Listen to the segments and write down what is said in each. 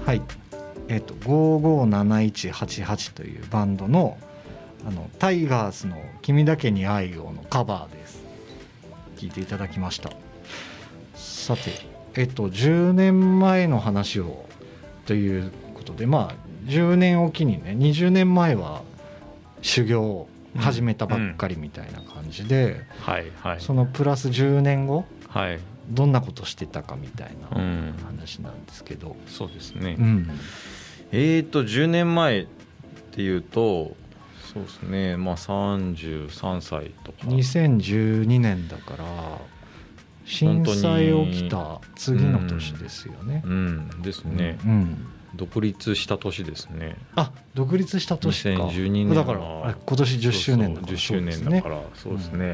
はい、557188というバンドのタイガースの君だけに愛をのカバーです。聴いていただきました。さて、10年前の話をということで、まあ10年おきにね、20年前は修行を始めたばっかりみたいな感じで、そのプラス10年後、どんなことしてたかみたいな話なんですけど、 そうですね、10年前っていうとそうですね、まあ33歳とか 2012年だから震災起きた次の年ですよね。 ですね、独立した年ですね。 あ、独立した年か。 2012年だから今年10周年だから、 10周年だからそうですね。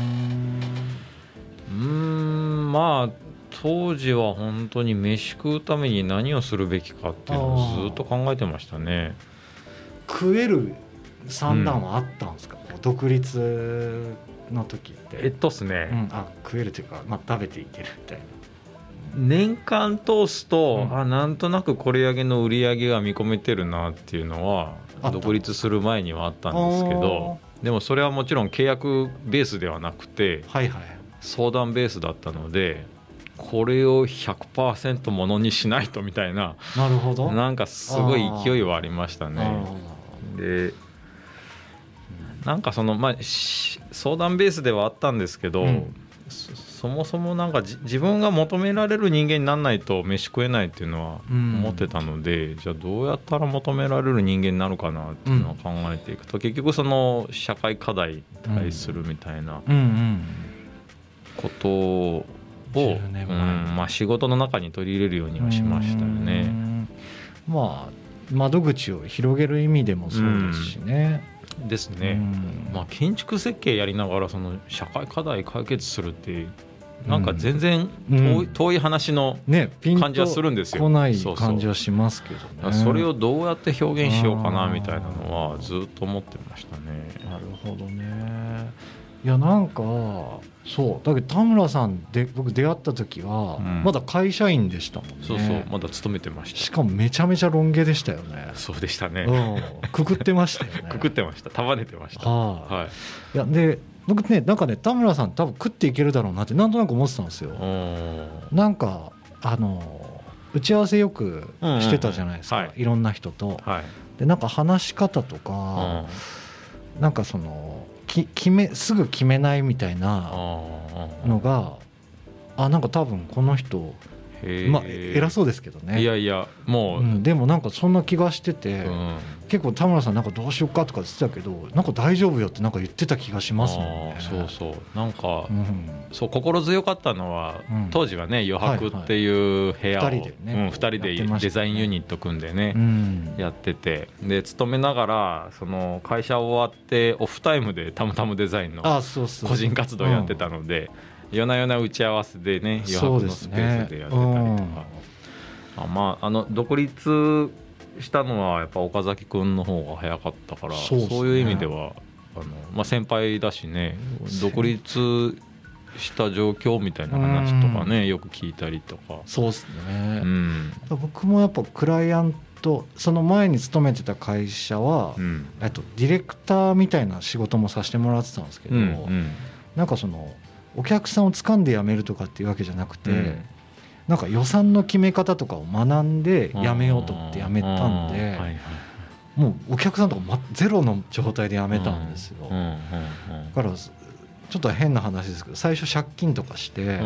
まあ当時は本当に飯食うために何をするべきかっていうのをずっと考えてましたね。 食える算段はあったんですか、独立の時って。っすね、 食えるというか、まあ、食べていけるみたいな。 年間通すと、なんとなくこれ上げの売り上げが見込めてるなっていうのは独立する前にはあったんですけど、でもそれはもちろん契約ベースではなくて、相談ベースだったので、これを 100% ものにしないとみたいな、 なるほど、 なんかすごい勢いはありましたね。でなんか相談ベースではあったんですけど、そもそもなんか自分が求められる人間にならないと飯食えないっていうのは思ってたので、じゃあどうやったら求められる人間になるかなっていうのを考えていくと、結局その社会課題に対するみたいなことを、仕事の中に取り入れるようにはしましたよね。 まあ窓口を広げる意味でもそうですしね。 ですね。建築設計やりながらその社会課題解決するってなんか全然遠い話の感じはするんですよ。 来ない感じはしますけどね。 それをどうやって表現しようかなみたいなのはずっと思ってましたね。 なるほどね。いやなんかそうだけど田村さんで僕出会った時はまだ会社員でしたもんね。 そうそう、まだ勤めてました。 しかもめちゃめちゃロン毛でしたよね。 そうでしたね。 くくってましたよね。 くくってました。束ねてました。 いやで僕ね、なんかね、田村さん多分食っていけるだろうなってなんとなく思ってたんですよ。なんか打ち合わせよくしてたじゃないですか、いろんな人と。でなんか話し方とか、なんかそのすぐ決めないみたいなのが、なんか多分この人偉そうですけどね。 いやいやもう、 でもなんかそんな気がしてて、結構田村さんなんかどうしようかとか言ってたけど、なんか大丈夫よってなんか言ってた気がしますもんね。 そうそうなんか、そう心強かったのは、当時はね余白っていう部屋を2人でデザインユニット組んでね、やってて、で勤めながらその会社終わってオフタイムでたむたむデザインの個人活動やってたので、夜な夜な打ち合わせでね余白のスペースでやってたりとか、独立したのはやっぱ岡崎くんの方が早かったから、そういう意味では先輩だしね、独立した状況みたいな話とかねよく聞いたりとか。 そうですね、僕もやっぱクライアント、その前に勤めてた会社は、ディレクターみたいな仕事もさせてもらってたんですけど、なんかそのお客さんを掴んで辞めるとかっていうわけじゃなくて、なんか予算の決め方とかを学んで辞めようと思って辞めたんで、もうお客さんとかゼロの状態で辞めたんですよ。だからちょっと変な話ですけど、最初借金とかして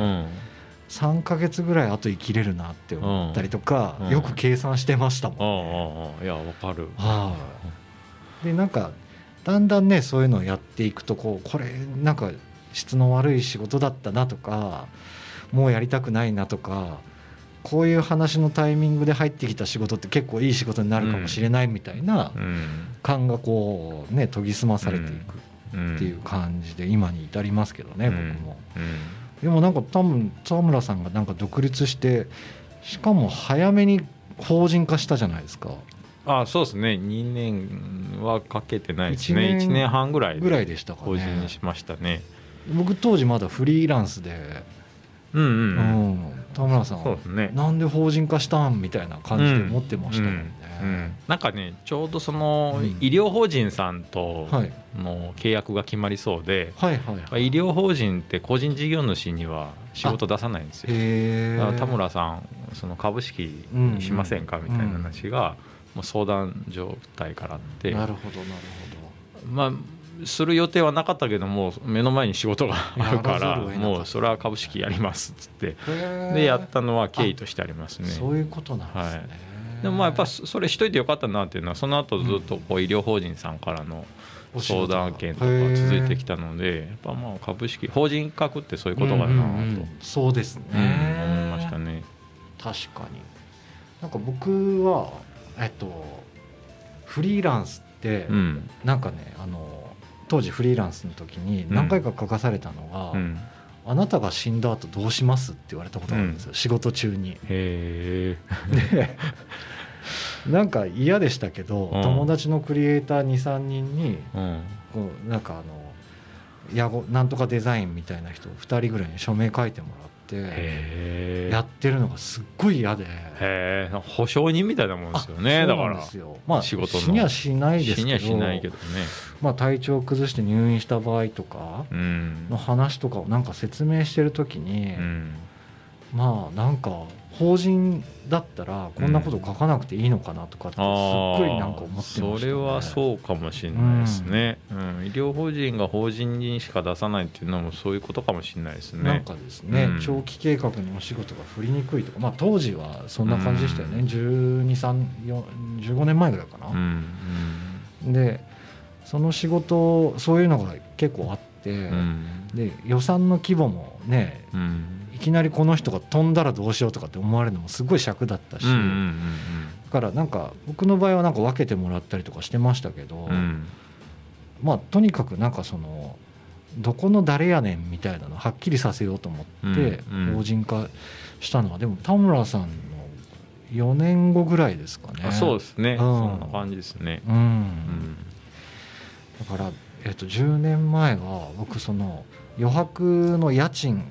3ヶ月ぐらいあと生きれるなって思ったりとか、よく計算してましたもんね。 いやわかる。 でなんかだんだんねそういうのをやっていくと、これなんか質の悪い仕事だったなとか、もうやりたくないなとか、こういう話のタイミングで入ってきた仕事って結構いい仕事になるかもしれないみたいな感がこうね研ぎ澄まされていくっていう感じで今に至りますけどね、僕も。でもなんか多分沢村さんがなんか独立して、しかも早めに法人化したじゃないですか。 そうですね、2年はかけてないですね。1年半ぐらいでしたかね。 法人にしましたね。 僕当時まだフリーランスで田村さん、そうですね、なんで法人化したんみたいな感じで持ってましたもんね。 なんかねちょうどその医療法人さんとの契約が決まりそうで、医療法人って個人事業主には仕事出さないんですよ。だから田村さんその株式にしませんかみたいな話がもう相談状態からあって、 なるほどなるほど、 まあする予定はなかったけども目の前に仕事があるからもうそれは株式やりますっつってでやったのは経緯としてありますね。 そういうことなんですね。 でもまあやっぱそれしといてよかったなっていうのはその後ずっとこう医療法人さんからの相談件とか続いてきたのでやっぱまあ株式法人格ってそういうことかなと、 そうですね、 思いましたね。 確かになんか僕はフリーランスって、なんかね当時フリーランスの時に何回か書かされたのが、あなたが死んだ後どうしますって言われたことがあるんですよ、仕事中に。でなんか嫌でしたけど、友達のクリエイター 2,3 人に、こうなんかなんとかデザインみたいな人2人ぐらいに署名書いてもらってやってるのがすっごい嫌で。 保証人みたいなもんですよね。だからまあ仕事の死にはしないですけど、まあ体調を崩して入院した場合とかの話とかをなんか説明してる時に、まあなんか法人だったらこんなこと書かなくていいのかなとかってすっごいなんか思ってましたね。 それはそうかもしれないですね。医療法人が法人にしか出さないっていうのもそういうことかもしれないですね。 なんかですね、長期計画にお仕事が振りにくいとか、まあ当時はそんな感じでしたよね。12、3、15年前ぐらいかな。でその仕事そういうのが結構あって、で予算の規模もね、いきなりこの人が飛んだらどうしようとかって思われるのもすごい尺だったし、だからなんか僕の場合はなんか分けてもらったりとかしてましたけど、まあとにかくなんかそのどこの誰やねんみたいなのをはっきりさせようと思って法人化したのは、でも田村さんの4年後ぐらいですかね。 そうですね、そんな感じですね。 だから、10年前は僕その余白の家賃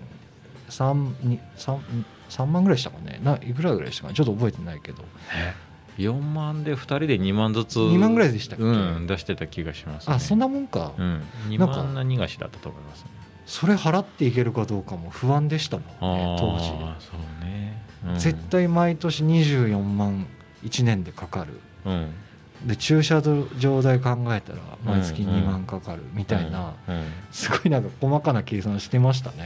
3万ぐらいしたかね、いくらぐらいしたかね、ちょっと覚えてないけど、 4万で2人で2万ずつ 2万ぐらいでしたっけ、 出してた気がしますね。 あ、そんなもんか、 2万な逃がしだったと思います、ね、 それ払っていけるかどうかも不安でしたもんね当時。 そうね、 絶対毎年24万1年でかかる、で駐車場代考えたら毎月2万かかるみたいな、すごいなんか細かな計算してましたね。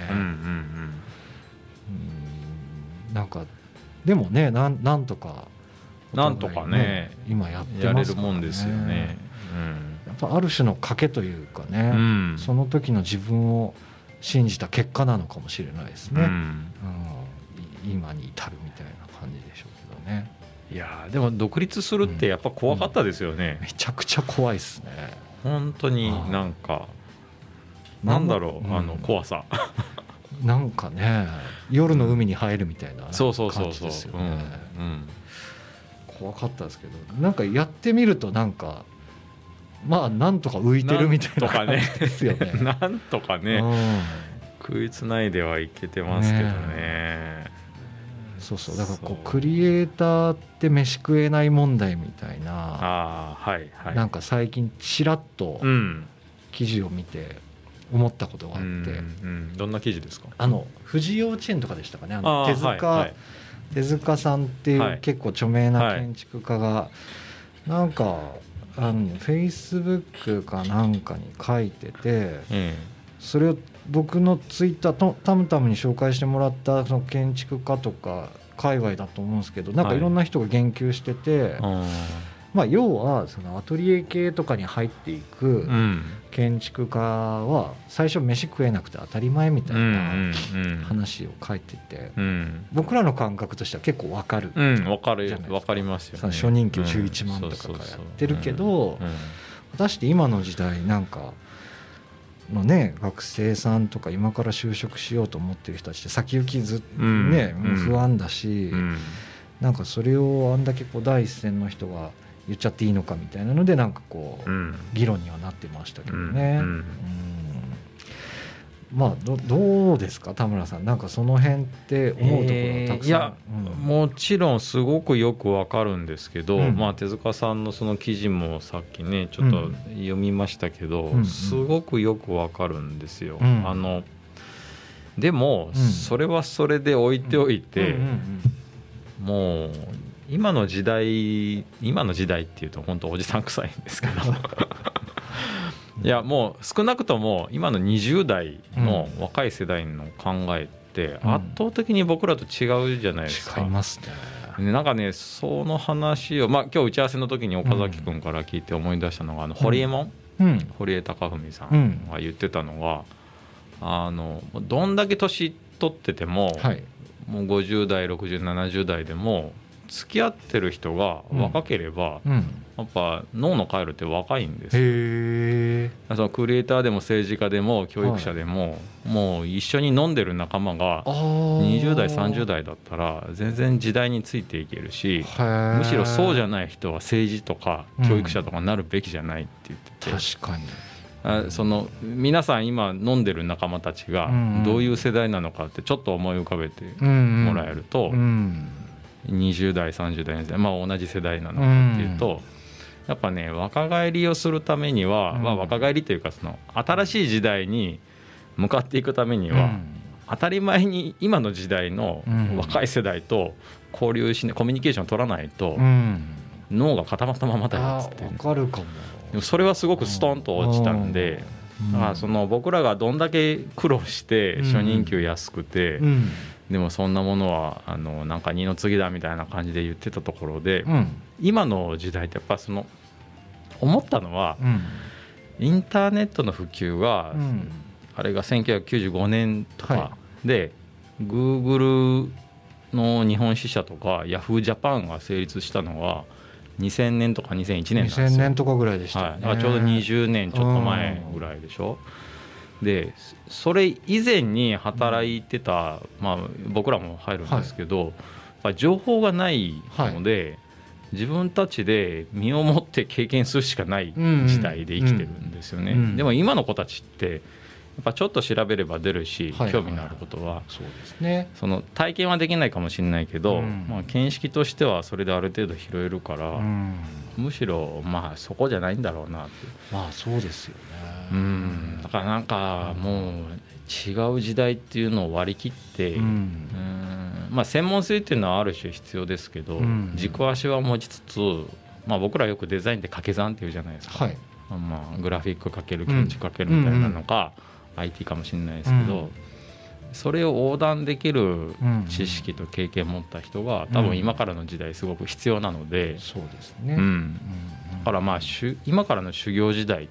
なんかでもね、なんとかね今やってますからね。 やれるもんですよね。 やっぱある種の賭けというかね、その時の自分を信じた結果なのかもしれないですね。今に至るみたいな感じでしょうけどね。 いやでも独立するってやっぱ怖かったですよね。 めちゃくちゃ怖いですね本当に。なんかなんだろう、怖さなんかね、夜の海に入るみたいな感じですよね。怖かったですけど、なんかやってみるとなんかまあなんとか浮いてるみたいな感じですよね。 なんとかね、食いつないではいけてますけどね。 そうそう、だからこうクリエイターって飯食えない問題みたいな、なんか最近ちらっと記事を見て思ったことがあって、 どんな記事ですか？ 富士幼稚園とかでしたかね、手塚さんっていう結構著名な建築家がなんかフェイスブックかなんかに書いてて、それを僕のツイッタータムタムに紹介してもらったその建築家とか界隈だと思うんですけど、なんかいろんな人が言及してて、まあ要はそのアトリエ系とかに入っていく建築家は最初飯食えなくて当たり前みたいな話を書いてて、僕らの感覚としては結構分かるじゃないですか。 分かりますよね。 初任給11万とかからやってるけど、果たして今の時代なんかのね、学生さんとか今から就職しようと思ってる人たちって先行きずっとね、不安だし、なんかそれをあんだけこう第一線の人が言っちゃっていいのかみたいなのでなんかこう議論にはなってましたけどね。 まあ、どうですか田村さん、なんかその辺って思うところはたくさん、 いや、もちろんすごくよくわかるんですけど、まあ、手塚さんのその記事もさっきねちょっと読みましたけど、すごくよくわかるんですよ。でも、それはそれで置いておいて、もう今の時代っていうと本当おじさん臭いんですけどいやもう少なくとも今の20代の若い世代の考えって圧倒的に僕らと違うじゃないですか。 違いますね。なんかねその話を、まあ、今日打ち合わせの時に岡崎君から聞いて思い出したのが堀江門、堀江貴文さんが言ってたのが、どんだけ年取ってても、もう50代60、70代でも付き合ってる人が若ければ、やっぱ脳の回路って若いんですよ。そのクリエイターでも政治家でも教育者でも、もう一緒に飲んでる仲間が20代30代だったら全然時代についていけるし、むしろそうじゃない人は政治とか教育者とかになるべきじゃないって言ってて、 確かにその皆さん今飲んでる仲間たちがどういう世代なのかってちょっと思い浮かべてもらえると、20代30代40代、まあ、同じ世代なのかっていうと、やっぱね若返りをするためには、まあ、若返りというかその新しい時代に向かっていくためには、当たり前に今の時代の若い世代と交流し、コミュニケーションを取らないと脳が固まったままだよっつって、 分かるかも。 でもそれはすごくストンと落ちたんで、だからその僕らがどんだけ苦労して初任給安くて、でもそんなものはなんか二の次だみたいな感じで言ってたところで、今の時代ってやっぱその思ったのは、インターネットの普及が、あれが1995年とかで、Google の日本支社とか Yahoo! ジャパンが成立したのは2000年とか2001年なんですよ。 2000年とかぐらいでしたね。 だからちょうど20年ちょっと前ぐらいでしょ。でそれ以前に働いてた、まあ、僕らも入るんですけど、やっぱ情報がないので、自分たちで身をもって経験するしかない時代で生きてるんですよね。でも今の子たちってやっぱちょっと調べれば出るし、興味のあることは、 そうですね、 その体験はできないかもしれないけど、まあ、見識としてはそれである程度拾えるから、むしろまあそこじゃないんだろうなって。 まあそうですよね。 だからなんかもう違う時代っていうのを割り切って、まあ、専門性っていうのはある種必要ですけど、軸足は持ちつつ、まあ、僕らよくデザインで掛け算っていうじゃないですか、まあ、グラフィックかける建築かけるみたいなのか、IT かもしれないですけど、それを横断できる知識と経験を持った人が多分今からの時代すごく必要なので、 そうですね、 だからまあ今からの修行時代って、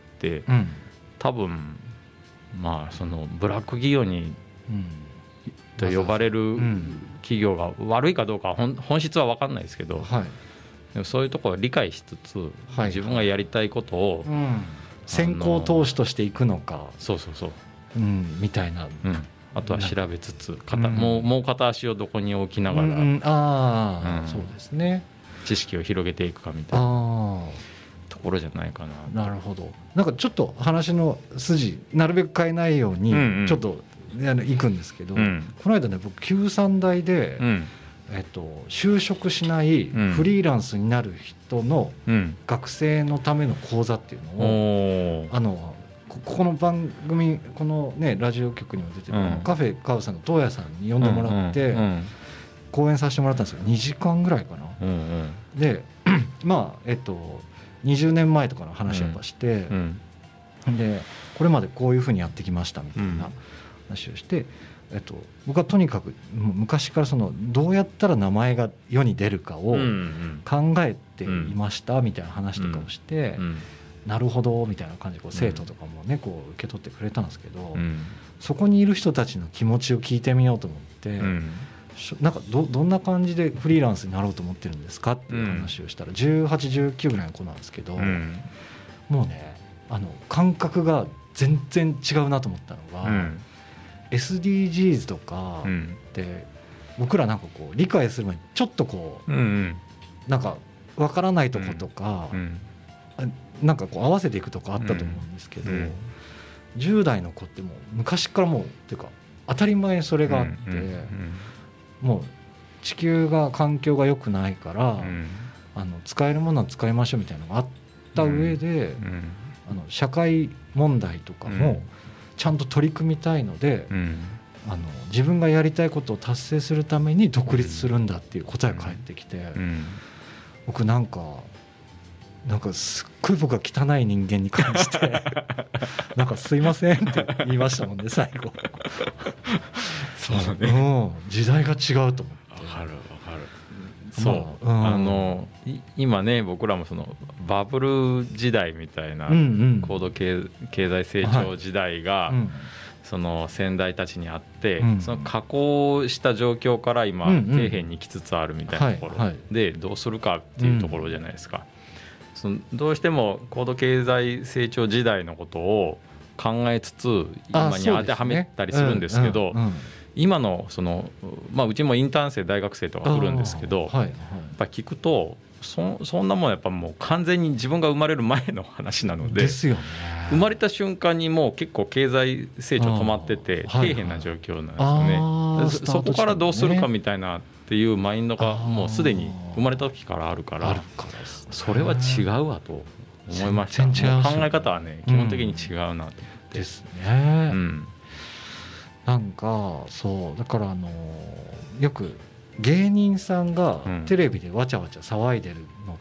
多分まあそのブラック企業にと呼ばれる企業が悪いかどうか本質は分かんないですけど、でもそういうところを理解しつつ、自分がやりたいことを先行投資としていくのか、みたいな、 あとは調べつつもう片足をどこに置きながら、 そうですね、 知識を広げていくかみたいなところじゃないかな。 なるほど。なんかちょっと話の筋なるべく変えないようにちょっと行くんですけど、この間ね僕九三大で、就職しないフリーランスになる人の学生のための講座っていうのを、ここの番組このねラジオ局にも出てる、カフェカウさんの東谷さんに呼んでもらって講演させてもらったんですよ。2時間ぐらいかな。でまあ20年前とかの話やっぱして、でこれまでこういうふうにやってきましたみたいな話をして、僕はとにかく昔からそのどうやったら名前が世に出るかを考えていましたみたいな話とかをして、なるほどみたいな感じで生徒とかもねこう受け取ってくれたんですけど、そこにいる人たちの気持ちを聞いてみようと思って、なんか どんな感じでフリーランスになろうと思ってるんですかっていう話をしたら、18、19ぐらいの子なんですけど、もうね感覚が全然違うなと思ったのが、SDGs とかって僕らなんかこう理解する前にちょっとこうなんか分からないとことかなんかこう合わせていくとかあったと思うんですけど、 10代の子ってもう昔からもうっていうか当たり前にそれがあって、もう地球が環境が良くないから、使えるものは使いましょうみたいなのがあった上で、社会問題とかもちゃんと取り組みたいので、自分がやりたいことを達成するために独立するんだっていう答えが返ってきて、僕なんかすっごい僕は汚い人間に感じてなんかすいませんって言いましたもんね最後そうね、 時代が違うと思って。 わかるそう、今ね僕らもそのバブル時代みたいな高度経済成長時代がその先代たちにあって、その加工した状況から今底辺に来つつあるみたいなところでどうするかっていうところじゃないですか。そのどうしても高度経済成長時代のことを考えつつ今に当てはめたりするんですけど、今のそのうちもインターン生大学生とか来るんですけど、やっぱ聞くとそんなもんやっぱもう完全に自分が生まれる前の話なので、生まれた瞬間にもう結構経済成長止まってて底辺な状況なんですよね。そこからどうするかみたいなっていうマインドがもうすでに生まれた時からあるから、それは違うわと思いました。考え方はね基本的に違うなと思って。 ですね。なんかそうだからよく芸人さんがテレビでわちゃわちゃ騒いでるのって、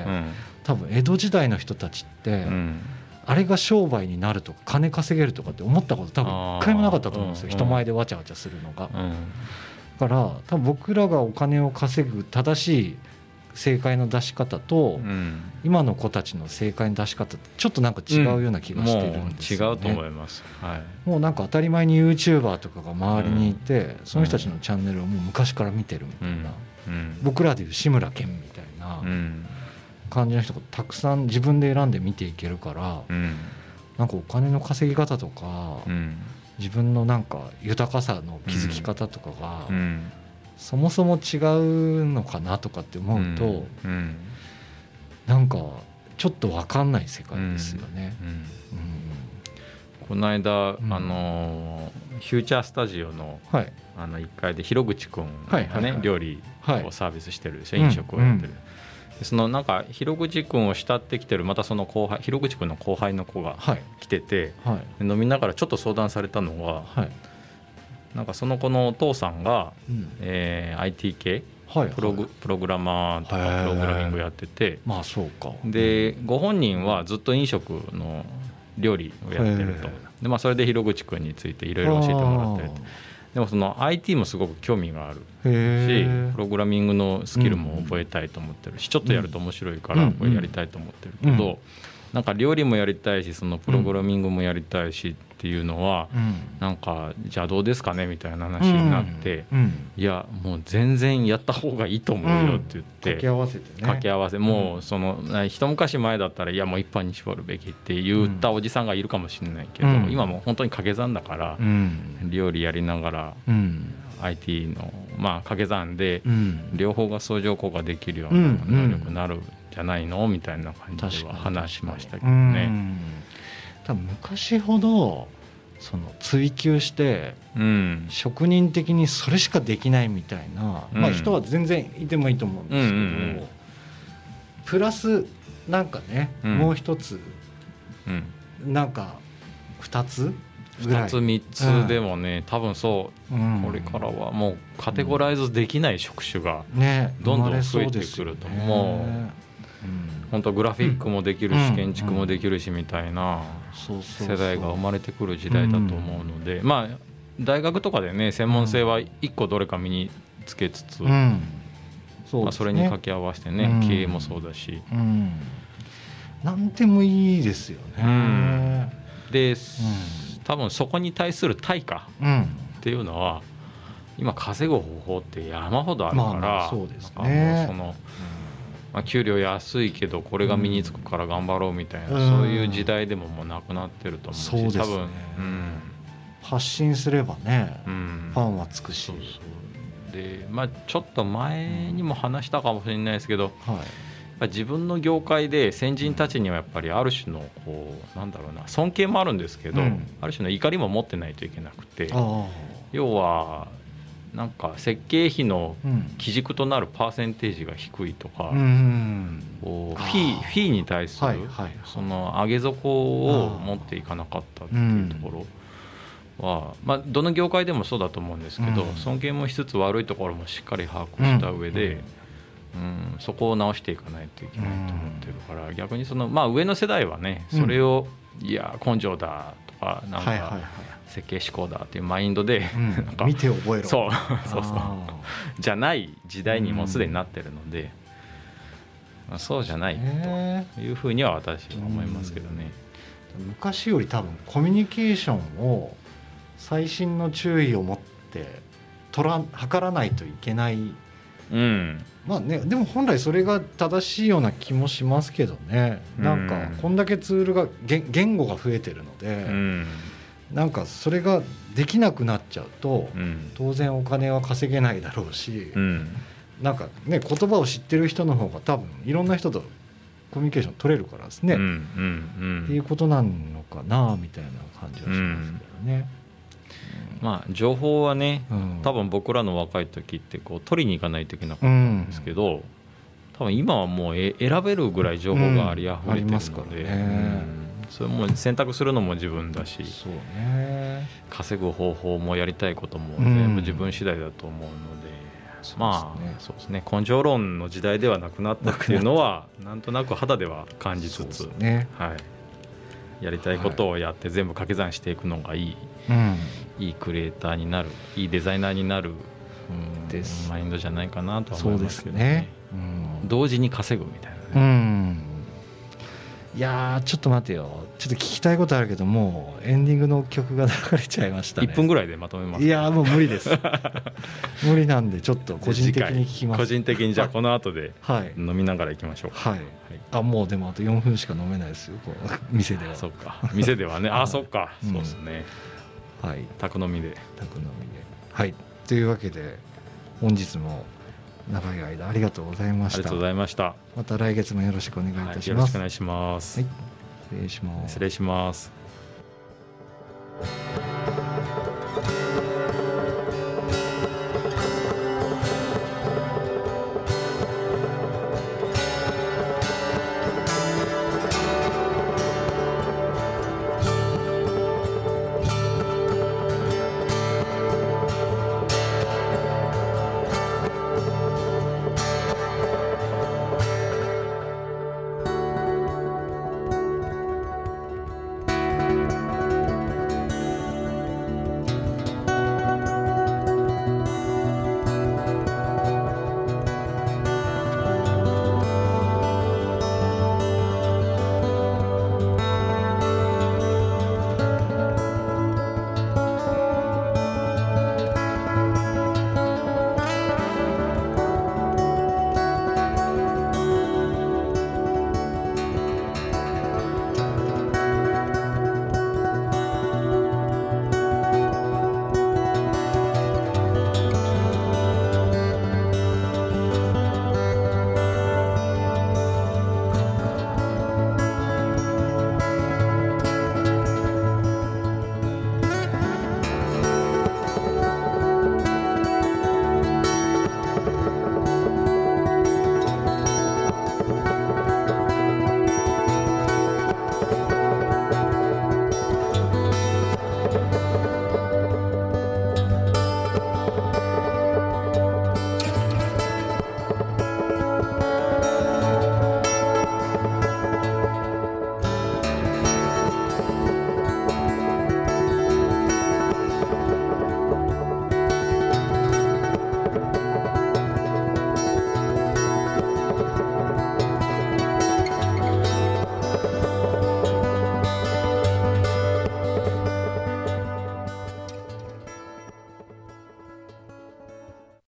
多分江戸時代の人たちって、あれが商売になるとか金稼げるとかって思ったこと多分一回もなかったと思うんですよ、人前でわちゃわちゃするのが。だから多分僕らがお金を稼ぐ正しい正解の出し方と、今の子たちの正解の出し方ってちょっとなんか違うような気がしてるんですよね。 違うと思います、 もうなんか当たり前に YouTuber とかが周りにいて、その人たちのチャンネルをもう昔から見てるみたいな、僕らでいう志村けんみたいな感じの人がたくさん自分で選んで見ていけるから、なんかお金の稼ぎ方とか、自分のなんか豊かさの気づき方とかが、そもそも違うのかなとかって思うと、なんかちょっと分かんない世界ですよね。 この間、フューチャースタジオの1階で広口くんがね、料理をサービスしてるでしょ、飲食をやってる。そのなんか広口くんを慕ってきてるまたその後輩、広口くんの後輩の子が来てて、飲みながらちょっと相談されたのは、なんかその子のお父さんが、IT 系プログラマーとかプログラミングやってて、でご本人はずっと飲食の料理をやってると。で、それで広口くんについていろいろ教えてもらってると。でもその IT もすごく興味があるし、プログラミングのスキルも覚えたいと思ってるし、ちょっとやると面白いからこれやりたいと思ってるけど、なんか料理もやりたいしそのプログラミングもやりたいしっていうのは、なんかじゃあどうですかねみたいな話になって、いやもう全然やった方がいいと思うよって言って、掛け合わせもうその一昔前だったらいやもう一般に絞るべきって言ったおじさんがいるかもしれないけど、今もう本当に掛け算だから、料理やりながら IT の掛け算で両方が相乗効果できるような能力になるじゃないのみたいな感じでは話しましたけどね。 多分昔ほどその追求して、職人的にそれしかできないみたいな、人は全然いてもいいと思うんですけど、プラスなんかね、もう一つ、なんか2つぐらい 2つ3つでもね、多分そう、これからはもうカテゴライズできない職種がどんどん増えてくると思う。本当グラフィックもできるし、建築もできるしみたいな世代が生まれてくる時代だと思うので、大学とかでね専門性は1個どれか身につけつつ、それに掛け合わせてね、経営もそうだし、 何でもいいですよね。 で、多分そこに対する対価っていうのは、今稼ぐ方法って山ほどあるから、 そうですね。 その給料安いけどこれが身につくから頑張ろうみたいな、そういう時代でももうなくなってると思うし、 そうですね、多分、発信すればね、ファンはつくし。 でちょっと前にも話したかもしれないですけど、 ぱ自分の業界で先人たちにはやっぱりある種のこうなんだろうな尊敬もあるんですけど、ある種の怒りも持ってないといけなくて、要はなんか設計費の基軸となるパーセンテージが低いとか、こうフィーに対するその上げ底を持っていかなかったっていうところは、まあどの業界でもそうだと思うんですけど、尊敬もしつつ悪いところもしっかり把握した上で、そこを直していかないといけないと思ってるから、逆にそのまあ上の世代はねそれをいや根性だとかなんか設計思考だっていうマインドでなんか見て覚えろそうじゃない時代にもうすでになってるので、そうじゃないというふうには私は思いますけどね。 昔より多分コミュニケーションを細心の注意を持って図らないといけない、まあね、でも本来それが正しいような気もしますけどね。なんかこんだけツールが言語が増えてるので、なんかそれができなくなっちゃうと、当然お金は稼げないだろうし、なんかね言葉を知ってる人の方が多分いろんな人とコミュニケーション取れるからですね、っていうことなのかなみたいな感じはしますけどね。 まあ情報はね、多分僕らの若い時ってこう取りに行かないといけなかったんですけど、多分今はもう選べるぐらい情報がありあふれてるので、それも選択するのも自分だし、 そうね、 稼ぐ方法もやりたいことも全部自分次第だと思うので、まあそうですね、根性論の時代ではなくなったっていうのはなんとなく肌では感じつつ、やりたいことをやって全部掛け算していくのがいいクリエイターになる、いいデザイナーになるマインドじゃないかなとは思いますけどね。同時に稼ぐみたいなね。 いやちょっと待てよ、ちょっと聞きたいことあるけどもうエンディングの曲が流れちゃいましたね。 1分ぐらいでまとめます。 いやもう無理です無理なんでちょっと個人的に聞きます。 個人的にじゃあこの後で飲みながら行きましょうか。 あもうでもあと4分しか飲めないですよ店では。 そっか店ではねあそっか、そうですね、宅飲みでというわけで本日も長い間ありがとうございました。 ありがとうございました。 また来月もよろしくお願いいたします。 よろしくお願いします。 失礼します。 失礼します。